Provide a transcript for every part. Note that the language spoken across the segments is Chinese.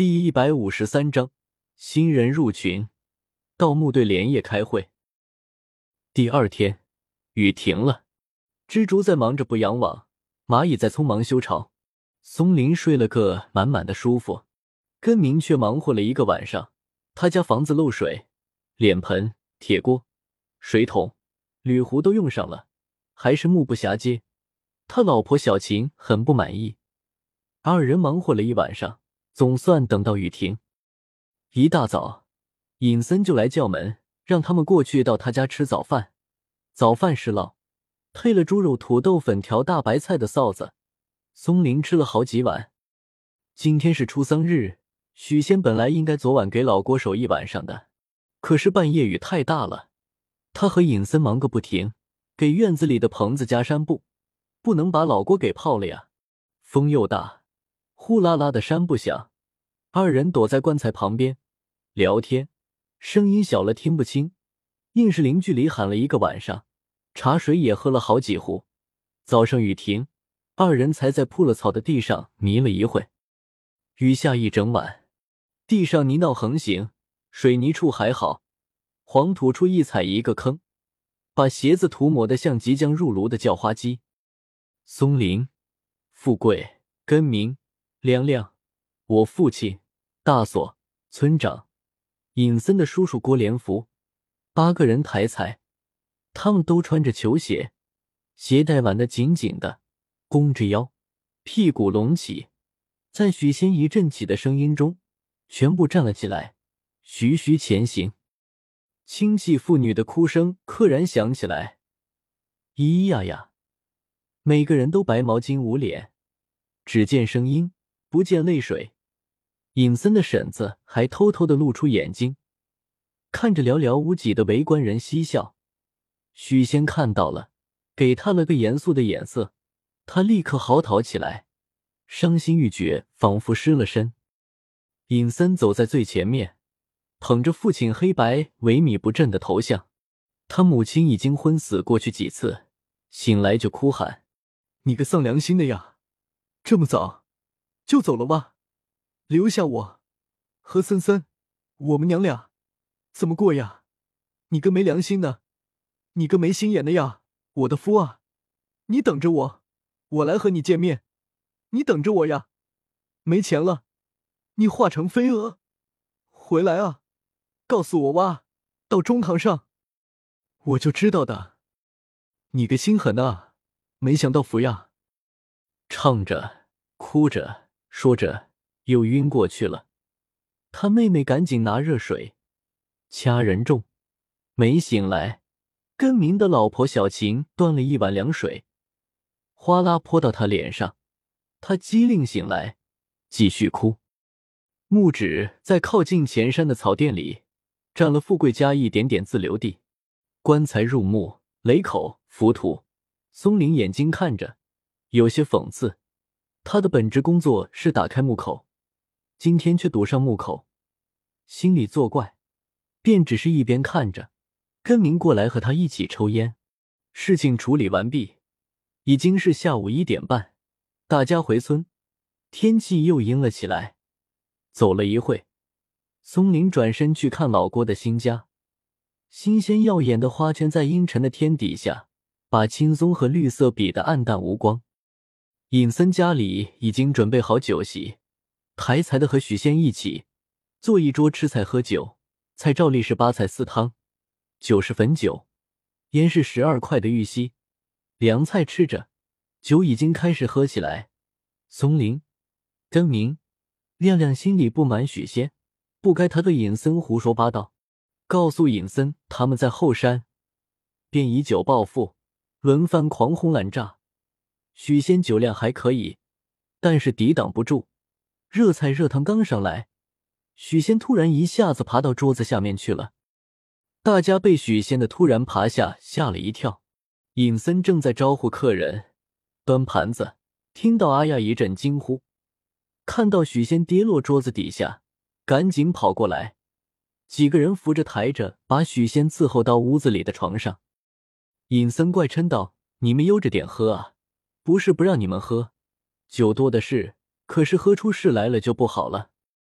第153章新人入群，盗墓队连夜开会。第二天，雨停了，蜘蛛在忙着捕羊网，蚂蚁在匆忙修巢，松林睡了个满满的舒服，根明却忙活了一个晚上。他家房子漏水，脸盆、铁锅、水桶、铝壶都用上了，还是目不暇接。他老婆小琴很不满意，二人忙活了一晚上，总算等到雨停。一大早，尹森就来叫门，让他们过去到他家吃早饭。早饭是烙配了猪肉、土豆粉、调大白菜的臊子，松林吃了好几碗。今天是初三日，许仙本来应该昨晚给老郭守一晚上的，可是半夜雨太大了，他和尹森忙个不停，给院子里的棚子加山布，不能把老郭给泡了呀。风又大，呼啦啦的山布响，二人躲在棺材旁边聊天，声音小了听不清，硬是邻居里喊了一个晚上，茶水也喝了好几壶。早上雨停，二人才在铺了草的地上迷了一会。雨下一整晚，地上泥淖横行，水泥处还好，黄土处一踩一个坑，把鞋子涂抹得像即将入炉的叫花鸡。松林、富贵、根明、亮亮、我父亲、大锁、村长、尹森的叔叔郭连福，8个人抬踩，他们都穿着球鞋，鞋带挽得紧紧的，弓着腰，屁股隆起，在许仙一阵起的声音中，全部站了起来，徐徐前行。亲戚妇女的哭声溘然响起来，咿呀呀，每个人都白毛巾捂脸，只见声音，不见泪水。尹森的婶子还偷偷地露出眼睛，看着寥寥无几的围观人嬉笑。许仙看到了，给他了个严肃的眼色，他立刻嚎啕起来，伤心欲绝，仿佛失了身。尹森走在最前面，捧着父亲黑白萎靡不振的头像，他母亲已经昏死过去几次，醒来就哭喊：你个丧良心的呀，这么早就走了吧，留下我和森森，我们娘俩怎么过呀？你个没良心的，你个没心眼的呀，我的夫啊，你等着我，我来和你见面，你等着我呀，没钱了，你化成飞蛾回来啊，告诉我哇，到中堂上。我就知道的，你个心狠啊，没想到服呀。唱着哭着说着又晕过去了。他妹妹赶紧拿热水掐人中，没醒来，根明的老婆小琴端了一碗凉水，哗啦泼到他脸上，他机灵醒来，继续哭。木指在靠近前山的草甸里占了富贵家一点点自留地，棺材入墓，垒口浮土。松林眼睛看着有些讽刺，他的本职工作是打开墓口，今天却堵上墓口，心里作怪，便只是一边看着，根明过来和他一起抽烟。事情处理完毕，已经是下午1点半，大家回村，天气又阴了起来。走了一会，松林转身去看老郭的新家，新鲜耀眼的花圈在阴沉的天底下，把青松和绿色比得暗淡无光。尹森家里已经准备好酒席，抬财的和许仙一起做一桌吃菜喝酒，菜照例是8菜4汤，酒是汾酒，烟是12块的玉溪。凉菜吃着，酒已经开始喝起来。松林、根明、亮亮心里不满许仙，不该他对尹森胡说八道，告诉尹森他们在后山，便以酒报复，轮番狂轰滥炸。许仙酒量还可以，但是抵挡不住，热菜热汤刚上来，许仙突然一下子爬到桌子下面去了。大家被许仙的突然爬下吓了一跳。尹森正在招呼客人端盘子，听到啊呀一阵惊呼，看到许仙跌落桌子底下，赶紧跑过来，几个人扶着抬着把许仙伺候到屋子里的床上。尹森怪嗔道：你们悠着点喝啊，不是不让你们喝，酒多的是，可是喝出事来了就不好了。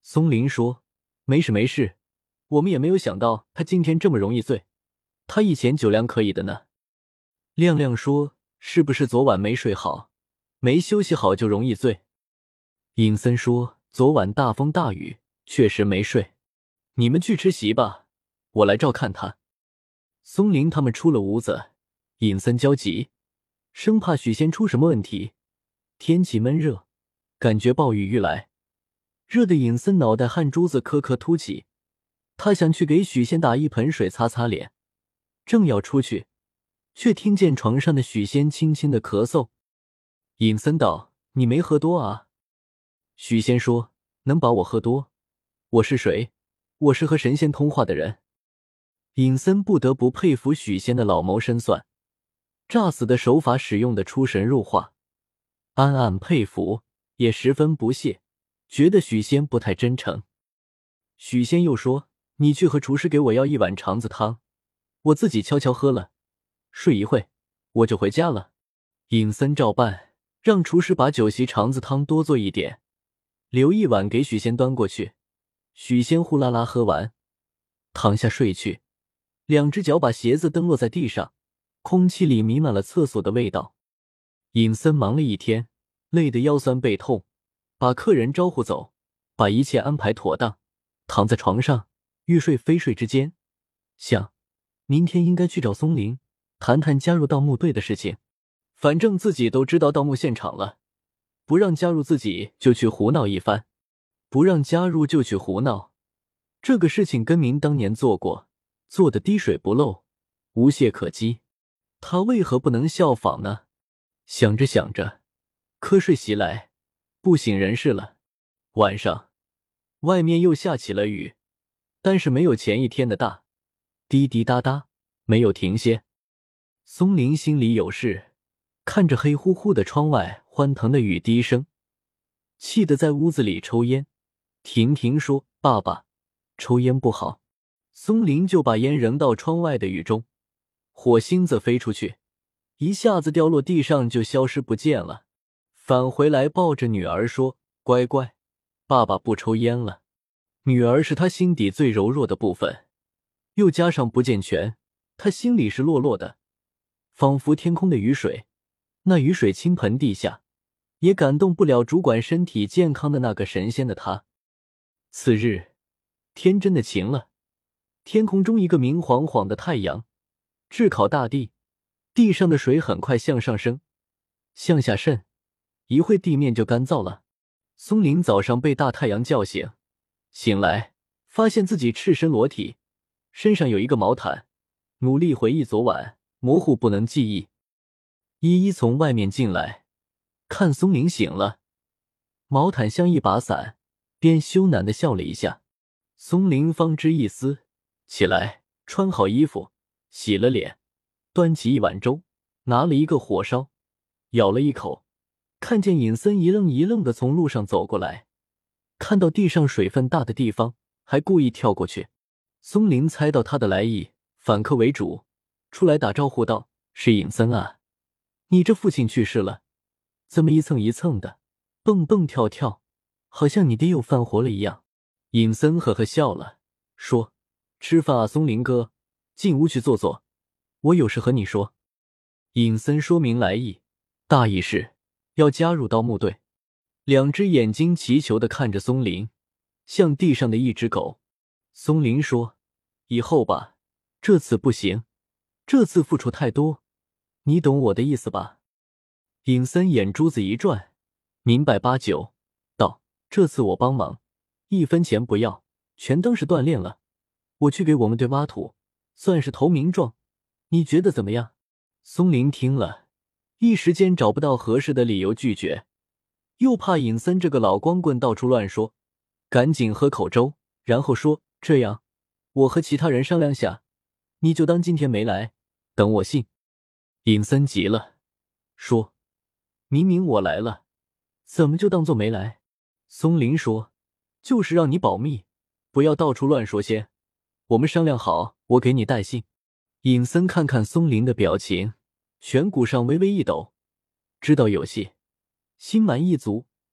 松林说：“没事没事，我们也没有想到他今天这么容易醉，他以前酒量可以的呢。”亮亮说：“是不是昨晚没睡好，没休息好就容易醉？”尹森说：“昨晚大风大雨，确实没睡。你们去吃席吧，我来照看他。”松林他们出了屋子，尹森焦急，生怕许仙出什么问题。天气闷热，感觉暴雨欲来，热得尹森脑袋汗珠子颗颗凸起。他想去给许仙打一盆水擦擦脸，正要出去，却听见床上的许仙轻轻的咳嗽。尹森道：“你没喝多啊？”许仙说：“能把我喝多？我是谁？我是和神仙通话的人。”尹森不得不佩服许仙的老谋深算，诈死的手法使用的出神入化，暗暗佩服，也十分不屑，觉得许仙不太真诚。许仙又说：“你去和厨师给我要一碗肠子汤，我自己悄悄喝了，睡一会我就回家了。”尹森照办，让厨师把酒席肠子汤多做一点，留一碗给许仙端过去。许仙呼啦啦喝完，躺下睡去，两只脚把鞋子蹬落在地上，空气里弥漫了厕所的味道。尹森忙了一天，累得腰酸背痛，把客人招呼走，把一切安排妥当，躺在床上欲睡非睡之间，想明天应该去找松林谈谈加入盗墓队的事情，反正自己都知道盗墓现场了，不让加入自己就去胡闹一番，不让加入就去胡闹。这个事情根明当年做过，做得滴水不漏，无懈可击，他为何不能效仿呢？想着想着，瞌睡袭来，不省人事了。晚上外面又下起了雨，但是没有前一天的大，滴滴答答，没有停歇。松林心里有事，看着黑乎乎的窗外欢腾的雨滴声，气得在屋子里抽烟。婷婷说：“爸爸，抽烟不好。”松林就把烟扔到窗外的雨中，火星子飞出去，一下子掉落地上就消失不见了。返回来抱着女儿说：“乖乖，爸爸不抽烟了。”女儿是他心底最柔弱的部分，又加上不健全，他心里是落落的，仿佛天空的雨水，那雨水倾盆地下，也感动不了主管身体健康的那个神仙的他。次日，天真的晴了，天空中一个明晃晃的太阳炙烤大地，地上的水很快向上升，向下渗，一会地面就干燥了。松林早上被大太阳叫醒，醒来发现自己赤身裸体，身上有一个毛毯，努力回忆昨晚，模糊不能记忆。依依从外面进来，看松林醒了，毛毯像一把伞，便羞赧地笑了一下。松林方知一丝，起来穿好衣服，洗了脸，端起一碗粥，拿了一个火烧，咬了一口，看见尹森一愣一愣地从路上走过来，看到地上水分大的地方，还故意跳过去。松林猜到他的来意，反客为主，出来打招呼道：“是尹森啊，你这父亲去世了，怎么一蹭一蹭的，蹦蹦跳跳，好像你爹又犯活了一样。”尹森呵呵笑了，说：“吃饭啊，松林哥，进屋去坐坐，我有事和你说。”尹森说明来意，大意是要加入盗墓队，两只眼睛祈求地看着松林，像地上的一只狗。松林说：“以后吧，这次不行，这次付出太多，你懂我的意思吧？”尹森眼珠子一转，明白八九，道：“这次我帮忙，1分钱不要，全当是锻炼了。我去给我们队挖土，算是投名状，你觉得怎么样？”松林听了，一时间找不到合适的理由拒绝，又怕尹森这个老光棍到处乱说，赶紧喝口粥，然后说：“这样，我和其他人商量下，你就当今天没来，等我信。”尹森急了，说：“明明我来了，怎么就当作没来？”松林说：“就是让你保密，不要到处乱说先。我们商量好，我给你带信。”尹森看看松林的表情，颧骨上微微一抖，知道有戏，心满意足，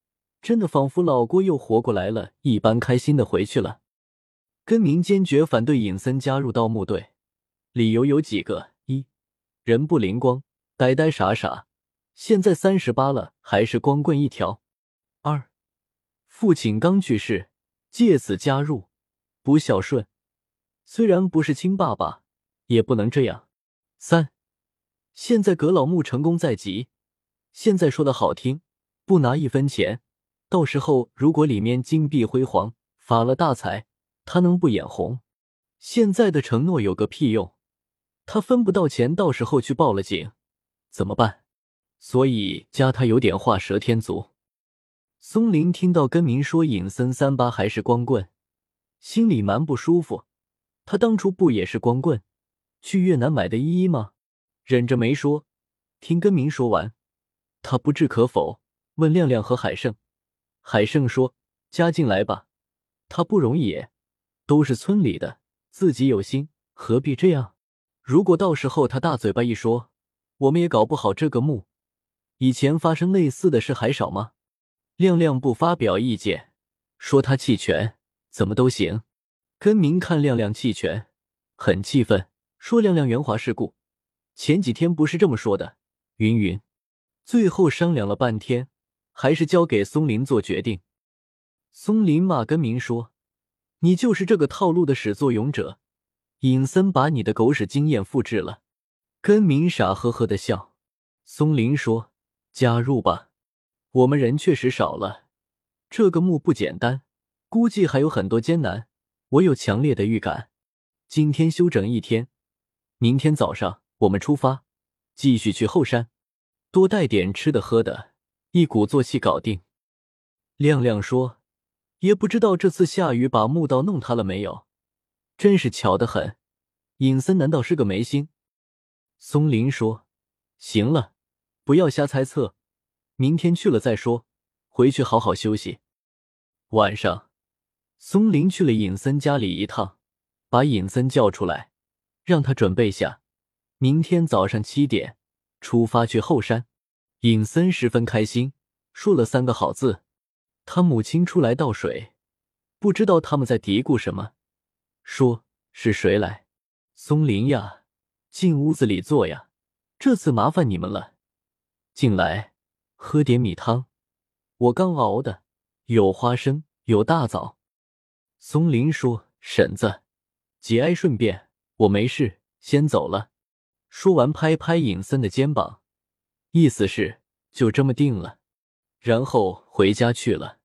真的仿佛老郭又活过来了一般，开心的回去了。根明坚决反对尹森加入盗墓队，理由有几个：一，人不灵光，呆呆傻傻，现在38了还是光棍一条；二，父亲刚去世，借此加入，不孝顺，虽然不是亲爸爸，也不能这样；三，现在葛老墓成功在即，现在说的好听，不拿1分钱，到时候如果里面金碧辉煌，发了大财，他能不眼红？现在的承诺有个屁用，他分不到钱，到时候去报了警，怎么办？所以加他有点画蛇添足。松林听到根明说尹森38还是光棍，心里蛮不舒服。他当初不也是光棍，去越南买的衣衣吗？忍着没说。听根明说完，他不置可否，问亮亮和海胜。海胜说：加进来吧，他不容易也，都是村里的，自己有心，何必这样？如果到时候他大嘴巴一说，我们也搞不好这个墓以前发生类似的事还少吗？亮亮不发表意见，说他弃权，怎么都行。根明看亮亮弃权，很气愤，说亮亮圆滑世故，前几天不是这么说的，云云。最后商量了半天，还是交给松林做决定。松林骂根明说：你就是这个套路的始作俑者，尹森把你的狗屎经验复制了。根明傻呵呵的笑。松林说：加入吧，我们人确实少了，这个墓不简单，估计还有很多艰难，我有强烈的预感。今天休整一天，明天早上我们出发，继续去后山，多带点吃的喝的，一鼓作气搞定。亮亮说：也不知道这次下雨把墓道弄塌了没有，真是巧得很，尹森难道是个没心？松林说：行了，不要瞎猜测，明天去了再说，回去好好休息。晚上，松林去了尹森家里一趟，把尹森叫出来，让他准备下，明天早上7点出发去后山。尹森十分开心，说了3个好字。他母亲出来倒水，不知道他们在嘀咕什么，说：是谁来？松林呀，进屋子里坐呀，这次麻烦你们了。进来，喝点米汤，我刚熬的，有花生，有大枣。松林说：婶子，节哀顺变，我没事，先走了。说完拍拍尹森的肩膀，意思是就这么定了，然后回家去了。